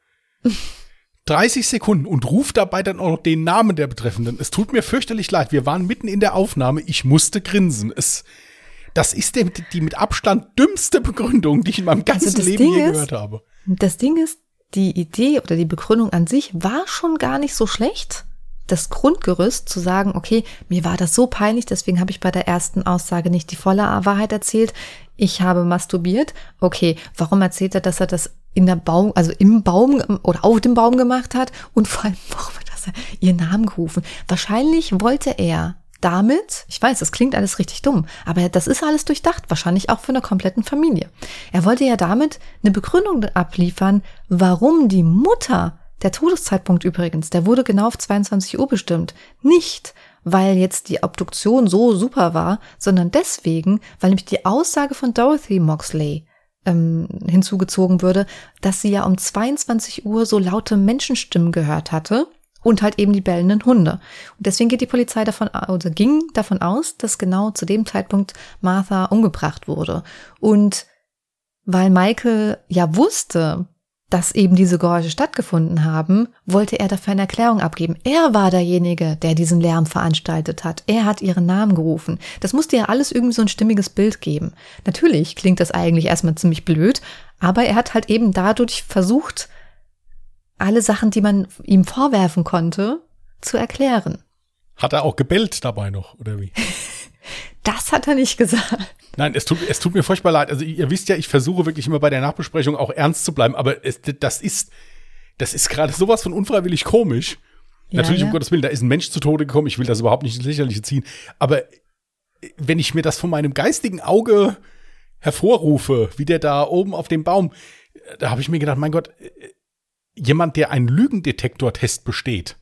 dreißig Sekunden und ruft dabei dann auch noch den Namen der Betreffenden. Es tut mir fürchterlich leid. Wir waren mitten in der Aufnahme. Ich musste grinsen. Es, das ist die, die mit Abstand dümmste Begründung, die ich in meinem ganzen also Leben Ding je gehört ist, habe. Das Ding ist, die Idee oder die Begründung an sich war schon gar nicht so schlecht. Das Grundgerüst zu sagen, okay, mir war das so peinlich, deswegen habe ich bei der ersten Aussage nicht die volle Wahrheit erzählt. Ich habe masturbiert. Okay, warum erzählt er, dass er das in der Baum, also im Baum oder auf dem Baum gemacht hat? Und vor allem, warum hat er ihren Namen gerufen? Wahrscheinlich wollte er damit, ich weiß, das klingt alles richtig dumm, aber das ist alles durchdacht, wahrscheinlich auch von der kompletten Familie. Er wollte ja damit eine Begründung abliefern, warum die Mutter, der Todeszeitpunkt übrigens, der wurde genau auf zweiundzwanzig Uhr bestimmt, nicht weil jetzt die Obduktion so super war, sondern deswegen, weil nämlich die Aussage von Dorothy Moxley ähm, hinzugezogen würde, dass sie ja um zweiundzwanzig Uhr so laute Menschenstimmen gehört hatte und halt eben die bellenden Hunde. Und deswegen geht die Polizei davon, also ging davon aus, dass genau zu dem Zeitpunkt Martha umgebracht wurde. Und weil Michael ja wusste, dass eben diese Geräusche stattgefunden haben, wollte er dafür eine Erklärung abgeben. Er war derjenige, der diesen Lärm veranstaltet hat. Er hat ihren Namen gerufen. Das musste ja alles irgendwie so ein stimmiges Bild geben. Natürlich klingt das eigentlich erstmal ziemlich blöd, aber er hat halt eben dadurch versucht, alle Sachen, die man ihm vorwerfen konnte, zu erklären. Hat er auch gebellt dabei noch, oder wie? Das hat er nicht gesagt. Nein, es tut, es tut mir furchtbar leid. Also ihr wisst ja, ich versuche wirklich immer bei der Nachbesprechung auch ernst zu bleiben, aber es, das ist, das ist gerade sowas von unfreiwillig komisch. Ja, Natürlich, ja. um Gottes Willen, da ist ein Mensch zu Tode gekommen, ich will das überhaupt nicht ins Lächerliche ziehen, aber wenn ich mir das von meinem geistigen Auge hervorrufe, wie der da oben auf dem Baum, da habe ich mir gedacht, mein Gott, jemand, der einen Lügendetektortest besteht,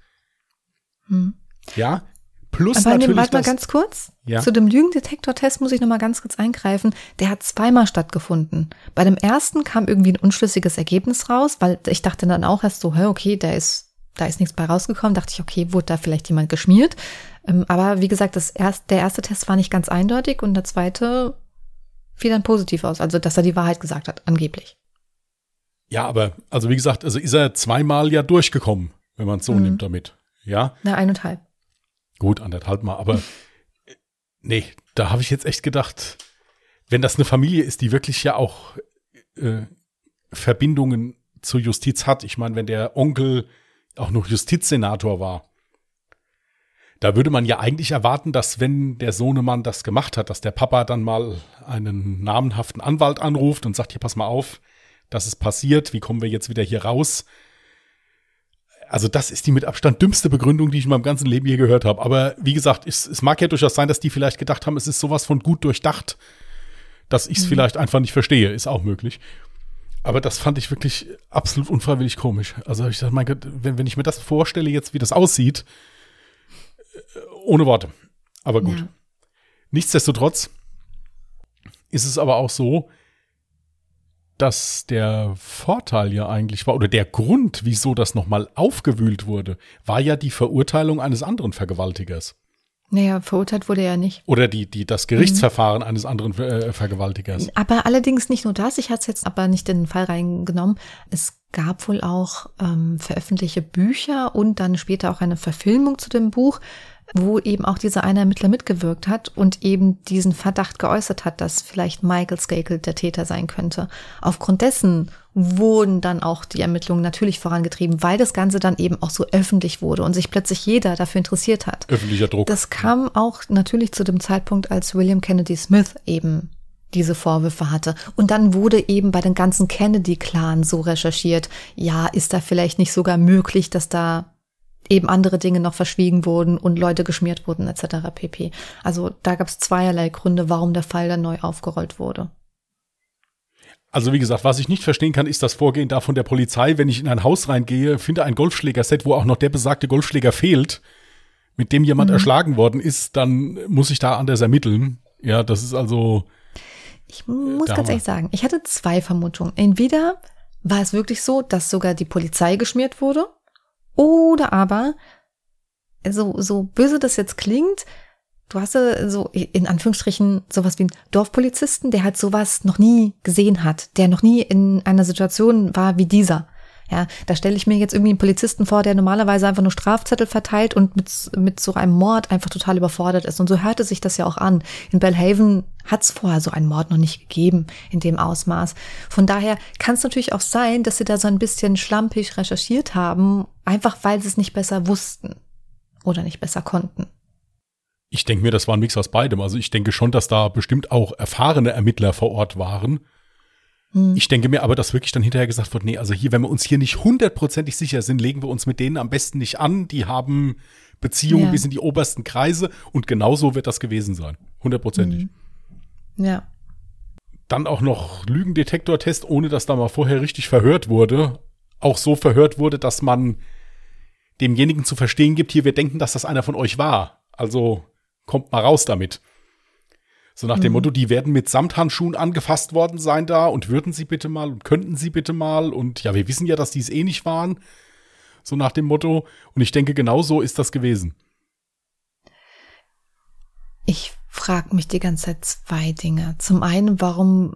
hm. ja, plus Aber natürlich warte mal das, ganz kurz. Ja. Zu dem Lügendetektor-Test muss ich noch mal ganz kurz eingreifen. Der hat zweimal stattgefunden. Bei dem ersten kam irgendwie ein unschlüssiges Ergebnis raus, weil ich dachte dann auch erst so, hä, okay, der ist, da ist nichts bei rausgekommen. Dachte ich, okay, wurde da vielleicht jemand geschmiert? Aber wie gesagt, das erst, der erste Test war nicht ganz eindeutig und der zweite fiel dann positiv aus. Also, dass er die Wahrheit gesagt hat, angeblich. Ja, aber, also wie gesagt, also ist er zweimal ja durchgekommen, wenn man es so mhm. nimmt damit. Ja? Na, eineinhalb. Gut, anderthalb Mal, aber nee, da habe ich jetzt echt gedacht, wenn das eine Familie ist, die wirklich ja auch äh, Verbindungen zur Justiz hat. Ich meine, wenn der Onkel auch noch Justizsenator war, da würde man ja eigentlich erwarten, dass wenn der Sohnemann das gemacht hat, dass der Papa dann mal einen namenhaften Anwalt anruft und sagt, hier, pass mal auf, das ist passiert, wie kommen wir jetzt wieder hier raus? Also das ist die mit Abstand dümmste Begründung, die ich in meinem ganzen Leben je gehört habe. Aber wie gesagt, es, es mag ja durchaus sein, dass die vielleicht gedacht haben, es ist sowas von gut durchdacht, dass ich es mhm. vielleicht einfach nicht verstehe. Ist auch möglich. Aber das fand ich wirklich absolut unfreiwillig komisch. Also ich dachte, mein Gott, wenn, wenn ich mir das vorstelle jetzt, wie das aussieht, ohne Worte. Aber gut. Ja. Nichtsdestotrotz ist es aber auch so, dass der Vorteil ja eigentlich war, oder der Grund, wieso das nochmal aufgewühlt wurde, war ja die Verurteilung eines anderen Vergewaltigers. Naja, verurteilt wurde er ja nicht. Oder die, die, das Gerichtsverfahren mhm. eines anderen äh, Vergewaltigers. Aber allerdings nicht nur das, ich hatte es jetzt aber nicht in den Fall reingenommen. Es gab wohl auch ähm, veröffentlichte Bücher und dann später auch eine Verfilmung zu dem Buch, wo eben auch dieser eine Ermittler mitgewirkt hat und eben diesen Verdacht geäußert hat, dass vielleicht Michael Skakel der Täter sein könnte. Aufgrund dessen wurden dann auch die Ermittlungen natürlich vorangetrieben, weil das Ganze dann eben auch so öffentlich wurde und sich plötzlich jeder dafür interessiert hat. Öffentlicher Druck. Das kam auch natürlich zu dem Zeitpunkt, als William Kennedy Smith eben diese Vorwürfe hatte. Und dann wurde eben bei den ganzen Kennedy-Clan so recherchiert, ja, ist da vielleicht nicht sogar möglich, dass da eben andere Dinge noch verschwiegen wurden und Leute geschmiert wurden et cetera pp. Also da gab es zweierlei Gründe, warum der Fall dann neu aufgerollt wurde. Also wie gesagt, was ich nicht verstehen kann, ist das Vorgehen da von der Polizei, wenn ich in ein Haus reingehe, finde ein Golfschlägerset, wo auch noch der besagte Golfschläger fehlt, mit dem jemand mhm. erschlagen worden ist, dann muss ich da anders ermitteln. Ja, das ist also... Ich muss ganz ehrlich sagen, ich hatte zwei Vermutungen. Entweder war es wirklich so, dass sogar die Polizei geschmiert wurde, oder aber, so, so böse das jetzt klingt, du hast so in Anführungsstrichen sowas wie einen Dorfpolizisten, der halt sowas noch nie gesehen hat, der noch nie in einer Situation war wie dieser. Ja, da stelle ich mir jetzt irgendwie einen Polizisten vor, der normalerweise einfach nur Strafzettel verteilt und mit, mit so einem Mord einfach total überfordert ist. Und so hörte sich das ja auch an. In Belhaven hat es vorher so einen Mord noch nicht gegeben in dem Ausmaß. Von daher kann es natürlich auch sein, dass sie da so ein bisschen schlampig recherchiert haben, einfach weil sie es nicht besser wussten oder nicht besser konnten. Ich denke mir, das war ein Mix aus beidem. Also ich denke schon, dass da bestimmt auch erfahrene Ermittler vor Ort waren. Ich denke mir aber, dass wirklich dann hinterher gesagt wird, nee, also hier, wenn wir uns hier nicht hundertprozentig sicher sind, legen wir uns mit denen am besten nicht an. Die haben Beziehungen Ja. bis in die obersten Kreise und genauso wird das gewesen sein. Hundertprozentig. Mhm. Ja. Dann auch noch Lügendetektortest, ohne dass da mal vorher richtig verhört wurde. Auch so verhört wurde, dass man demjenigen zu verstehen gibt, hier, wir denken, dass das einer von euch war. Also kommt mal raus damit. So nach dem Mhm. Motto, die werden mit Samthandschuhen angefasst worden sein da und würden sie bitte mal und könnten sie bitte mal. Und ja, wir wissen ja, dass die es eh nicht waren. So nach dem Motto. Und ich denke, genau so ist das gewesen. Ich frage mich die ganze Zeit zwei Dinge. Zum einen, warum,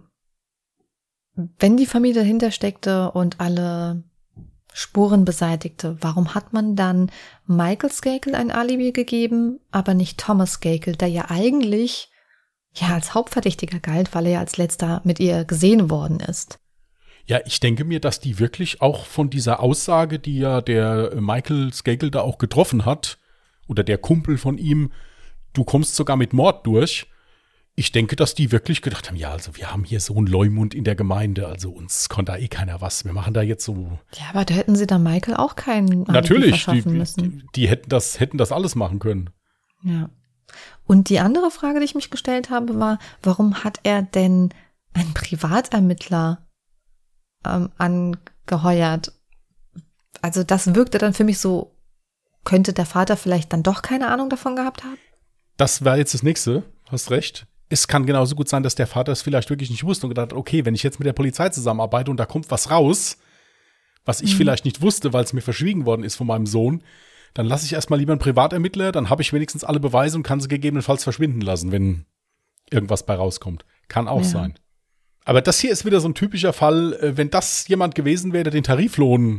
wenn die Familie dahinter steckte und alle Spuren beseitigte, warum hat man dann Michael Skakel ein Alibi gegeben, aber nicht Thomas Skakel, der ja eigentlich ja als Hauptverdächtiger galt, weil er ja als letzter mit ihr gesehen worden ist? Ja, ich denke mir, dass die wirklich auch von dieser Aussage, die ja der Michael Skakel da auch getroffen hat, oder der Kumpel von ihm, du kommst sogar mit Mord durch. Ich denke, dass die wirklich gedacht haben, ja, also wir haben hier so einen Leumund in der Gemeinde, also uns konnte da eh keiner was. Wir machen da jetzt so. Ja, aber da hätten sie dann Michael auch keinen Alibi Natürlich, die, verschaffen müssen. die, die hätten das, hätten das alles machen können. Ja. Und die andere Frage, die ich mich gestellt habe, war, warum hat er denn einen Privatermittler ähm, angeheuert? Also das wirkte dann für mich so, könnte der Vater vielleicht dann doch keine Ahnung davon gehabt haben? Das war jetzt das Nächste, hast recht. Es kann genauso gut sein, dass der Vater es vielleicht wirklich nicht wusste und gedacht hat, okay, wenn ich jetzt mit der Polizei zusammenarbeite und da kommt was raus, was ich Mhm. vielleicht nicht wusste, weil es mir verschwiegen worden ist von meinem Sohn, dann lasse ich erstmal lieber einen Privatermittler, dann habe ich wenigstens alle Beweise und kann sie gegebenenfalls verschwinden lassen, wenn irgendwas bei rauskommt. Kann auch Ja. sein. Aber das hier ist wieder so ein typischer Fall, äh, wenn das jemand gewesen wäre, der den Tariflohn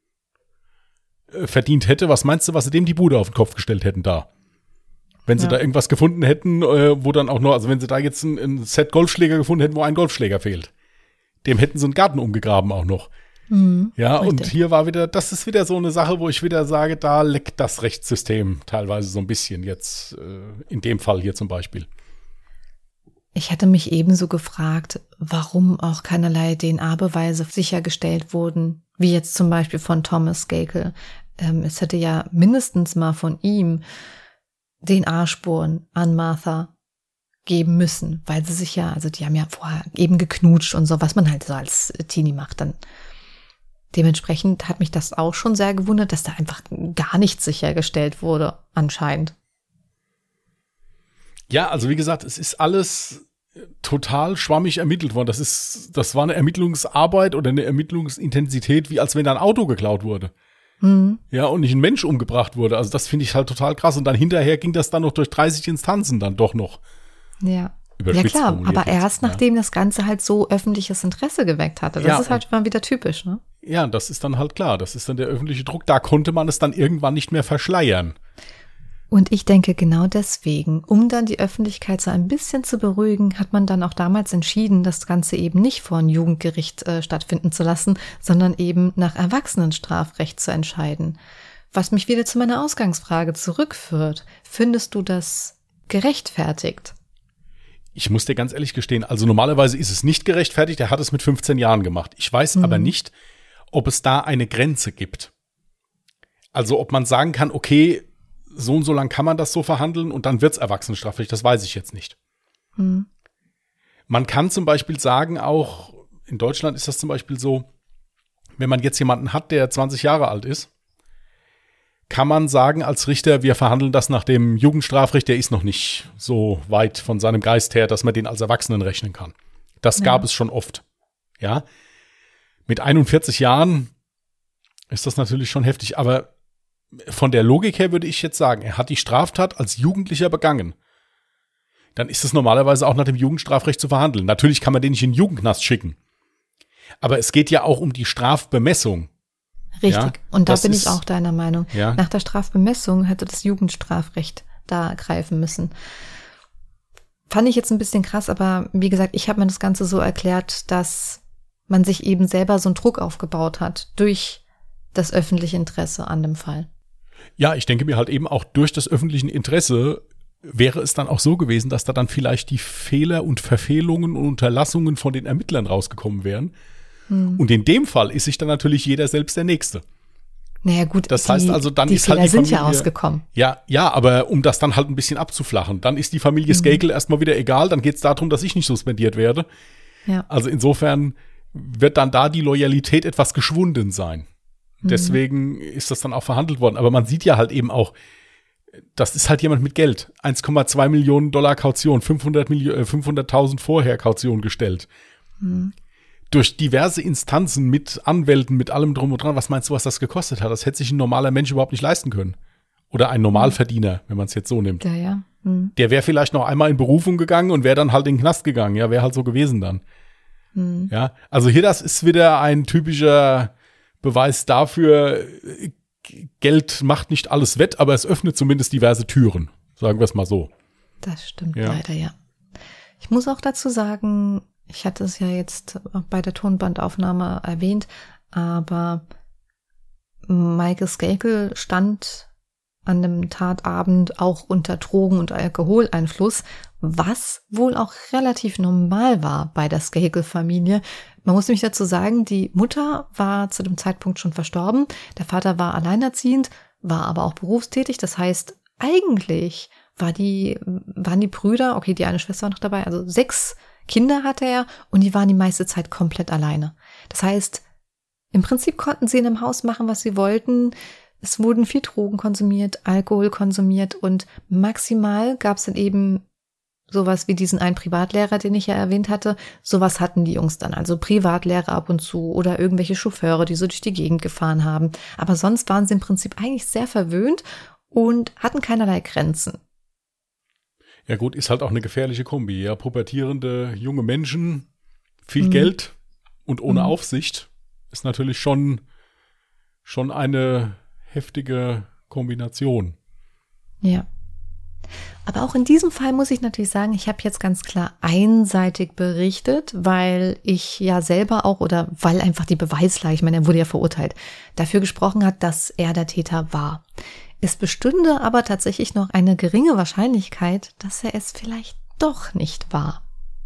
äh, verdient hätte, was meinst du, was sie dem die Bude auf den Kopf gestellt hätten da? Wenn sie Ja. da irgendwas gefunden hätten, äh, wo dann auch nur, also wenn sie da jetzt ein, ein Set Golfschläger gefunden hätten, wo ein Golfschläger fehlt, dem hätten sie einen Garten umgegraben auch noch. Mhm, Ja, richtig. und hier war wieder, das ist wieder so eine Sache, wo ich wieder sage, da leckt das Rechtssystem teilweise so ein bisschen jetzt, äh, in dem Fall hier zum Beispiel. Ich hatte mich ebenso gefragt, warum auch keinerlei D N A-Beweise sichergestellt wurden, wie jetzt zum Beispiel von Thomas Skakel. Ähm, es hätte ja mindestens mal von ihm D N A-Spuren an Martha geben müssen, weil sie sich ja, also die haben ja vorher eben geknutscht und so, was man halt so als Teenie macht dann. Dementsprechend hat mich das auch schon sehr gewundert, dass da einfach gar nichts sichergestellt wurde, anscheinend. Ja, also wie gesagt, es ist alles total schwammig ermittelt worden. Das ist, das war eine Ermittlungsarbeit oder eine Ermittlungsintensität, wie als wenn da ein Auto geklaut wurde. Mhm. Ja, und nicht ein Mensch umgebracht wurde. Also das finde ich halt total krass. Und dann hinterher ging das dann noch durch dreißig Instanzen dann doch noch. Ja. Ja Überspitzt klar, formuliert aber jetzt, erst ja. nachdem das Ganze halt so öffentliches Interesse geweckt hatte. Das Ja, ist halt mal wieder typisch, ne? Ja, das ist dann halt klar. Das ist dann der öffentliche Druck. Da konnte man es dann irgendwann nicht mehr verschleiern. Und ich denke, genau deswegen, um dann die Öffentlichkeit so ein bisschen zu beruhigen, hat man dann auch damals entschieden, das Ganze eben nicht vor einem Jugendgericht äh, stattfinden zu lassen, sondern eben nach Erwachsenenstrafrecht zu entscheiden. Was mich wieder zu meiner Ausgangsfrage zurückführt. Findest du das gerechtfertigt? Ich muss dir ganz ehrlich gestehen, also normalerweise ist es nicht gerechtfertigt. Er hat es mit fünfzehn Jahren gemacht. Ich weiß Mhm. aber nicht, ob es da eine Grenze gibt. Also ob man sagen kann, okay, so und so lang kann man das so verhandeln und dann wird's erwachsenenstrafrechtlich. Das weiß ich jetzt nicht. Mhm. Man kann zum Beispiel sagen, auch in Deutschland ist das zum Beispiel so, wenn man jetzt jemanden hat, der zwanzig Jahre alt ist, kann man sagen als Richter, wir verhandeln das nach dem Jugendstrafrecht, der ist noch nicht so weit von seinem Geist her, dass man den als Erwachsenen rechnen kann. Das Ja. gab es schon oft. Ja. Mit einundvierzig Jahren ist das natürlich schon heftig, aber von der Logik her würde ich jetzt sagen, er hat die Straftat als Jugendlicher begangen. Dann ist es normalerweise auch nach dem Jugendstrafrecht zu verhandeln. Natürlich kann man den nicht in den Jugendknast schicken. Aber es geht ja auch um die Strafbemessung. Richtig. Ja, Und da das bin ist- ich auch deiner Meinung. Ja. Nach der Strafbemessung hätte das Jugendstrafrecht da greifen müssen. Fand ich jetzt ein bisschen krass, aber wie gesagt, ich habe mir das Ganze so erklärt, dass man sich eben selber so einen Druck aufgebaut hat durch das öffentliche Interesse an dem Fall. Ja, ich denke mir halt eben auch durch das öffentliche Interesse wäre es dann auch so gewesen, dass da dann vielleicht die Fehler und Verfehlungen und Unterlassungen von den Ermittlern rausgekommen wären. Und in dem Fall ist sich dann natürlich jeder selbst der Nächste. Naja gut, das die, heißt also, dann die ist Fehler halt die sind Familie, ja ausgekommen. Ja, ja, aber um das dann halt ein bisschen abzuflachen, dann ist die Familie Mhm. Skakel erstmal wieder egal, dann geht es darum, dass ich nicht suspendiert werde. Ja. Also insofern wird dann da die Loyalität etwas geschwunden sein. Mhm. Deswegen ist das dann auch verhandelt worden. Aber man sieht ja halt eben auch, das ist halt jemand mit Geld. eins Komma zwei Millionen Dollar Kaution, fünfhunderttausend vorher Kaution gestellt. Mhm. Durch diverse Instanzen mit Anwälten, mit allem drum und dran. Was meinst du, was das gekostet hat? Das hätte sich ein normaler Mensch überhaupt nicht leisten können. Oder ein Normalverdiener, wenn man es jetzt so nimmt. Ja, ja. Mhm. Der wäre vielleicht noch einmal in Berufung gegangen und wäre dann halt in den Knast gegangen. Ja, wäre halt so gewesen dann. Mhm. Ja, also hier, das ist wieder ein typischer Beweis dafür, Geld macht nicht alles wett, aber es öffnet zumindest diverse Türen. Sagen wir es mal so. Das stimmt Ja. leider, ja. Ich muss auch dazu sagen, ich hatte es ja jetzt auch bei der Tonbandaufnahme erwähnt, aber Michael Skakel stand an dem Tatabend auch unter Drogen- und Alkoholeinfluss, was wohl auch relativ normal war bei der Skakel-Familie. Man muss nämlich dazu sagen, die Mutter war zu dem Zeitpunkt schon verstorben, der Vater war alleinerziehend, war aber auch berufstätig. Das heißt, eigentlich war die, waren die Brüder, okay, die eine Schwester war noch dabei, also sechs Kinder hatte er und die waren die meiste Zeit komplett alleine. Das heißt, im Prinzip konnten sie in einem Haus machen, was sie wollten. Es wurden viel Drogen konsumiert, Alkohol konsumiert und maximal gab es dann eben sowas wie diesen einen Privatlehrer, den ich ja erwähnt hatte. Sowas hatten die Jungs dann, also Privatlehrer ab und zu oder irgendwelche Chauffeure, die so durch die Gegend gefahren haben. Aber sonst waren sie im Prinzip eigentlich sehr verwöhnt und hatten keinerlei Grenzen. Ja gut, ist halt auch eine gefährliche Kombi. Ja, pubertierende junge Menschen, viel Mhm. Geld und ohne Mhm. Aufsicht ist natürlich schon, schon eine heftige Kombination. Ja. Aber auch in diesem Fall muss ich natürlich sagen, ich habe jetzt ganz klar einseitig berichtet, weil ich ja selber auch oder weil einfach die Beweislage, ich meine, er wurde ja verurteilt, dafür gesprochen hat, dass er der Täter war. Es bestünde aber tatsächlich noch eine geringe Wahrscheinlichkeit, dass er es vielleicht doch nicht war.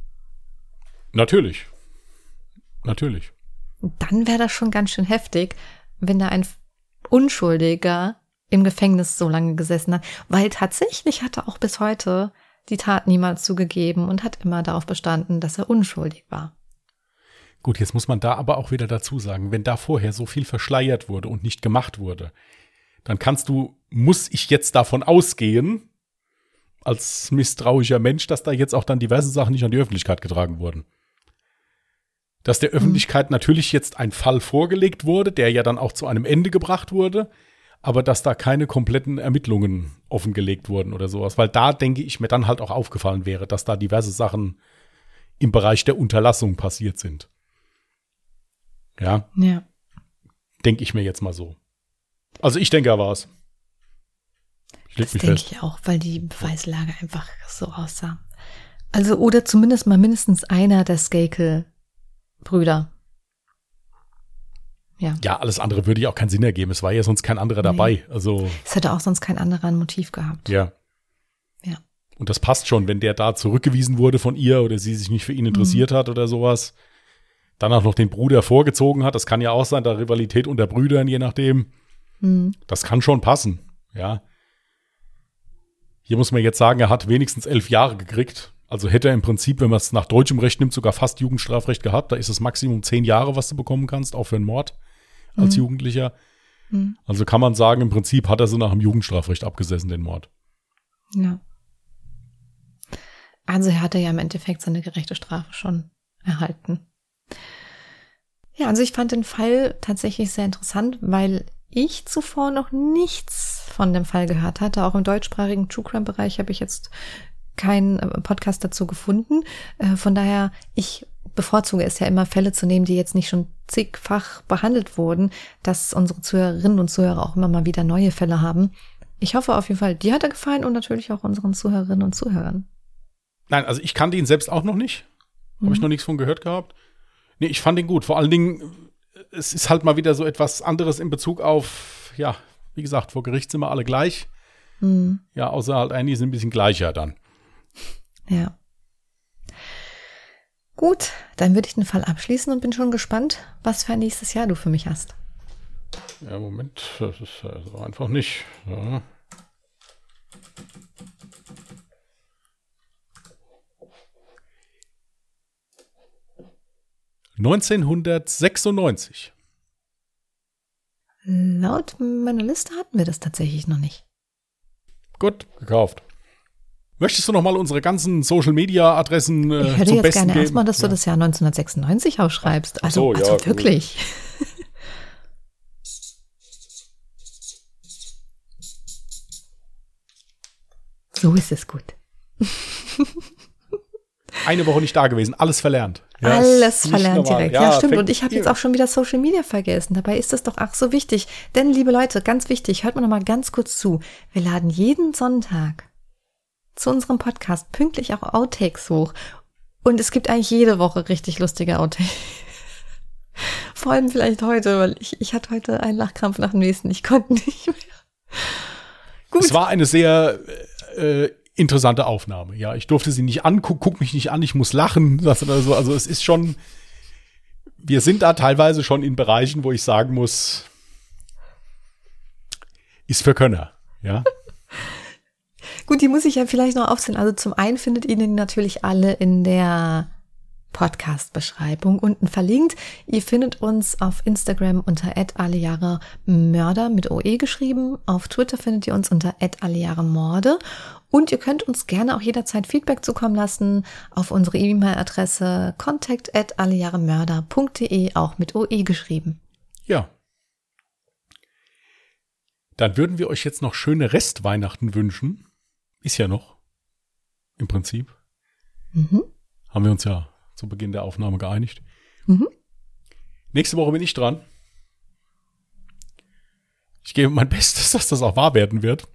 Natürlich. Natürlich. Dann wäre das schon ganz schön heftig, wenn da ein Unschuldiger im Gefängnis so lange gesessen hat, weil tatsächlich hat er auch bis heute die Tat niemals zugegeben und hat immer darauf bestanden, dass er unschuldig war. Gut, jetzt muss man da aber auch wieder dazu sagen, wenn da vorher so viel verschleiert wurde und nicht gemacht wurde, dann kannst du, muss ich jetzt davon ausgehen, als misstrauischer Mensch, dass da jetzt auch dann diverse Sachen nicht an die Öffentlichkeit getragen wurden. Dass der Öffentlichkeit mhm. natürlich jetzt ein Fall vorgelegt wurde, der ja dann auch zu einem Ende gebracht wurde, aber dass da keine kompletten Ermittlungen offengelegt wurden oder sowas. Weil da, denke ich, mir dann halt auch aufgefallen wäre, dass da diverse Sachen im Bereich der Unterlassung passiert sind. Ja. Ja. Denke ich mir jetzt mal so. Also ich denke, er war es. Das denke ich auch, weil die Beweislage einfach so aussah. Also, oder zumindest mal mindestens einer der Skakel-Brüder. Ja. Ja, alles andere würde ja auch keinen Sinn ergeben. Es war ja sonst kein anderer Nee. dabei. Also, es hätte auch sonst kein anderer ein Motiv gehabt. ja. Ja. Und das passt schon, wenn der da zurückgewiesen wurde von ihr oder sie sich nicht für ihn interessiert mhm. hat oder sowas. Dann auch noch den Bruder vorgezogen hat. Das kann ja auch sein, da Rivalität unter Brüdern, je nachdem. Mhm. Das kann schon passen, ja. Hier muss man jetzt sagen, er hat wenigstens elf Jahre gekriegt. Also hätte er im Prinzip, wenn man es nach deutschem Recht nimmt, sogar fast Jugendstrafrecht gehabt. Da ist das Maximum zehn Jahre, was du bekommen kannst, auch für einen Mord als mhm. Jugendlicher. Mhm. Also kann man sagen, im Prinzip hat er so nach dem Jugendstrafrecht abgesessen, den Mord. Ja. Also er hatte ja im Endeffekt seine gerechte Strafe schon erhalten. Ja, also ich fand den Fall tatsächlich sehr interessant, weil ich zuvor noch nichts von dem Fall gehört hatte. Auch im deutschsprachigen True Crime-Bereich habe ich jetzt keinen Podcast dazu gefunden. Von daher, ich bevorzuge es ja immer, Fälle zu nehmen, die jetzt nicht schon zigfach behandelt wurden, dass unsere Zuhörerinnen und Zuhörer auch immer mal wieder neue Fälle haben. Ich hoffe auf jeden Fall, dir hat er gefallen und natürlich auch unseren Zuhörerinnen und Zuhörern. Nein, also ich kannte ihn selbst auch noch nicht. Habe mhm. ich noch nichts von gehört gehabt. Nee, ich fand ihn gut. Vor allen Dingen, es ist halt mal wieder so etwas anderes in Bezug auf, ja, wie gesagt, vor Gericht sind wir alle gleich. Mhm. Ja, außer halt einige sind ein bisschen gleicher dann. Ja. Gut, dann würde ich den Fall abschließen und bin schon gespannt, was für ein nächstes Jahr du für mich hast. Ja, Moment, das ist also einfach nicht. Ja. neunzehnhundertsechsundneunzig. Laut meiner Liste hatten wir das tatsächlich noch nicht. Gut, gekauft. Möchtest du noch mal unsere ganzen Social-Media-Adressen äh, Ich hätte zum jetzt Besten gerne geben? erstmal, dass ja. du das Jahr neunzehnhundertsechsundneunzig aufschreibst. Also, Ach so, ja, also gut. wirklich. So ist es gut. Eine Woche nicht da gewesen, alles verlernt. Ja, Alles ist nicht verlernt normal. direkt. Ja, stimmt. fängt- Und ich habe jetzt auch schon wieder Social Media vergessen. Dabei ist das doch ach so wichtig. Denn, liebe Leute, ganz wichtig, hört mal noch mal ganz kurz zu. Wir laden jeden Sonntag zu unserem Podcast pünktlich auch Outtakes hoch. Und es gibt eigentlich jede Woche richtig lustige Outtakes. Vor allem vielleicht heute, weil ich, ich hatte heute einen Lachkrampf nach dem nächsten. Ich konnte nicht mehr. Gut. Es war eine sehr äh, interessante Aufnahme. Ja, ich durfte sie nicht angucken, guck mich nicht an, ich muss lachen. Das oder so. Also es ist schon, wir sind da teilweise schon in Bereichen, wo ich sagen muss, ist für Könner. Ja. Gut, die muss ich ja vielleicht noch aufzählen. Also zum einen findet ihr die natürlich alle in der Podcast-Beschreibung unten verlinkt. Ihr findet uns auf Instagram unter at allejahremörder mit O E geschrieben. Auf Twitter findet ihr uns unter at allejahremorde. Und ihr könnt uns gerne auch jederzeit Feedback zukommen lassen auf unsere E-Mail-Adresse contact at allejahremörder punkt de, auch mit O E geschrieben. Ja. Dann würden wir euch jetzt noch schöne Restweihnachten wünschen. Ist ja noch. Im Prinzip. Mhm. Haben wir uns ja zu Beginn der Aufnahme geeinigt. Mhm. Nächste Woche bin ich dran. Ich gebe mein Bestes, dass das auch wahr werden wird.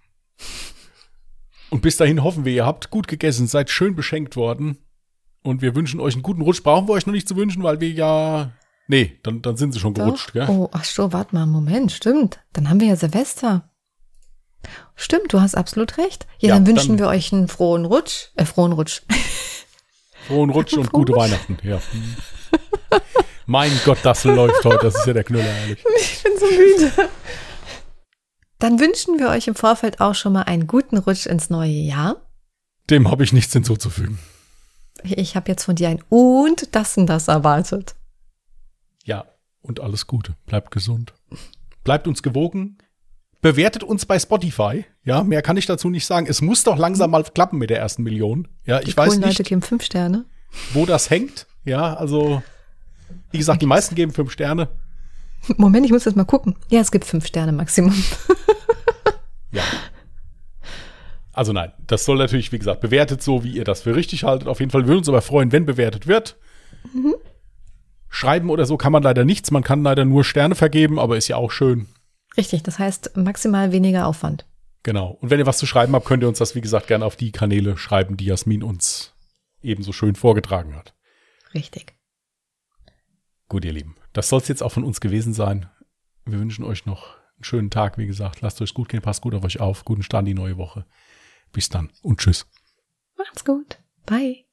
Und bis dahin hoffen wir, ihr habt gut gegessen, seid schön beschenkt worden. Und wir wünschen euch einen guten Rutsch. Brauchen wir euch noch nicht zu wünschen, weil wir ja... Nee, dann, dann sind sie schon gerutscht, gell? Oh, ach so, warte mal, Moment, stimmt. Dann haben wir ja Silvester. Stimmt, du hast absolut recht. Ja, Ja, dann wünschen dann- wir euch einen frohen Rutsch. Äh, frohen Rutsch. Frohen Rutsch und Frohen gute Rutsch. Weihnachten. Ja. Mein Gott, das läuft heute. Das ist ja der Knüller, ehrlich. Ich bin so müde. Dann wünschen wir euch im Vorfeld auch schon mal einen guten Rutsch ins neue Jahr. Dem habe ich nichts hinzuzufügen. Ich habe jetzt von dir ein und das und das erwartet. Ja, und alles Gute. Bleibt gesund. Bleibt uns gewogen. Bewertet uns bei Spotify. Ja, mehr kann ich dazu nicht sagen. Es muss doch langsam mal klappen mit der ersten Million. Ja, Die ich weiß coolen Leute nicht, geben fünf Sterne. wo das hängt. Ja, also, wie gesagt, die meisten geben fünf Sterne. Moment, ich muss jetzt mal gucken. Ja, es gibt fünf Sterne Maximum. Ja. Also nein, das soll natürlich, wie gesagt, bewertet so, wie ihr das für richtig haltet. Auf jeden Fall würden uns aber freuen, wenn bewertet wird. Mhm. Schreiben oder so kann man leider nichts. Man kann leider nur Sterne vergeben, aber ist ja auch schön. Richtig, das heißt maximal weniger Aufwand. Genau. Und wenn ihr was zu schreiben habt, könnt ihr uns das, wie gesagt, gerne auf die Kanäle schreiben, die Jasmin uns ebenso schön vorgetragen hat. Richtig. Gut, ihr Lieben. Das soll es jetzt auch von uns gewesen sein. Wir wünschen euch noch einen schönen Tag, wie gesagt. Lasst euch gut gehen, passt gut auf euch auf. Guten Start in die neue Woche. Bis dann und tschüss. Macht's gut. Bye.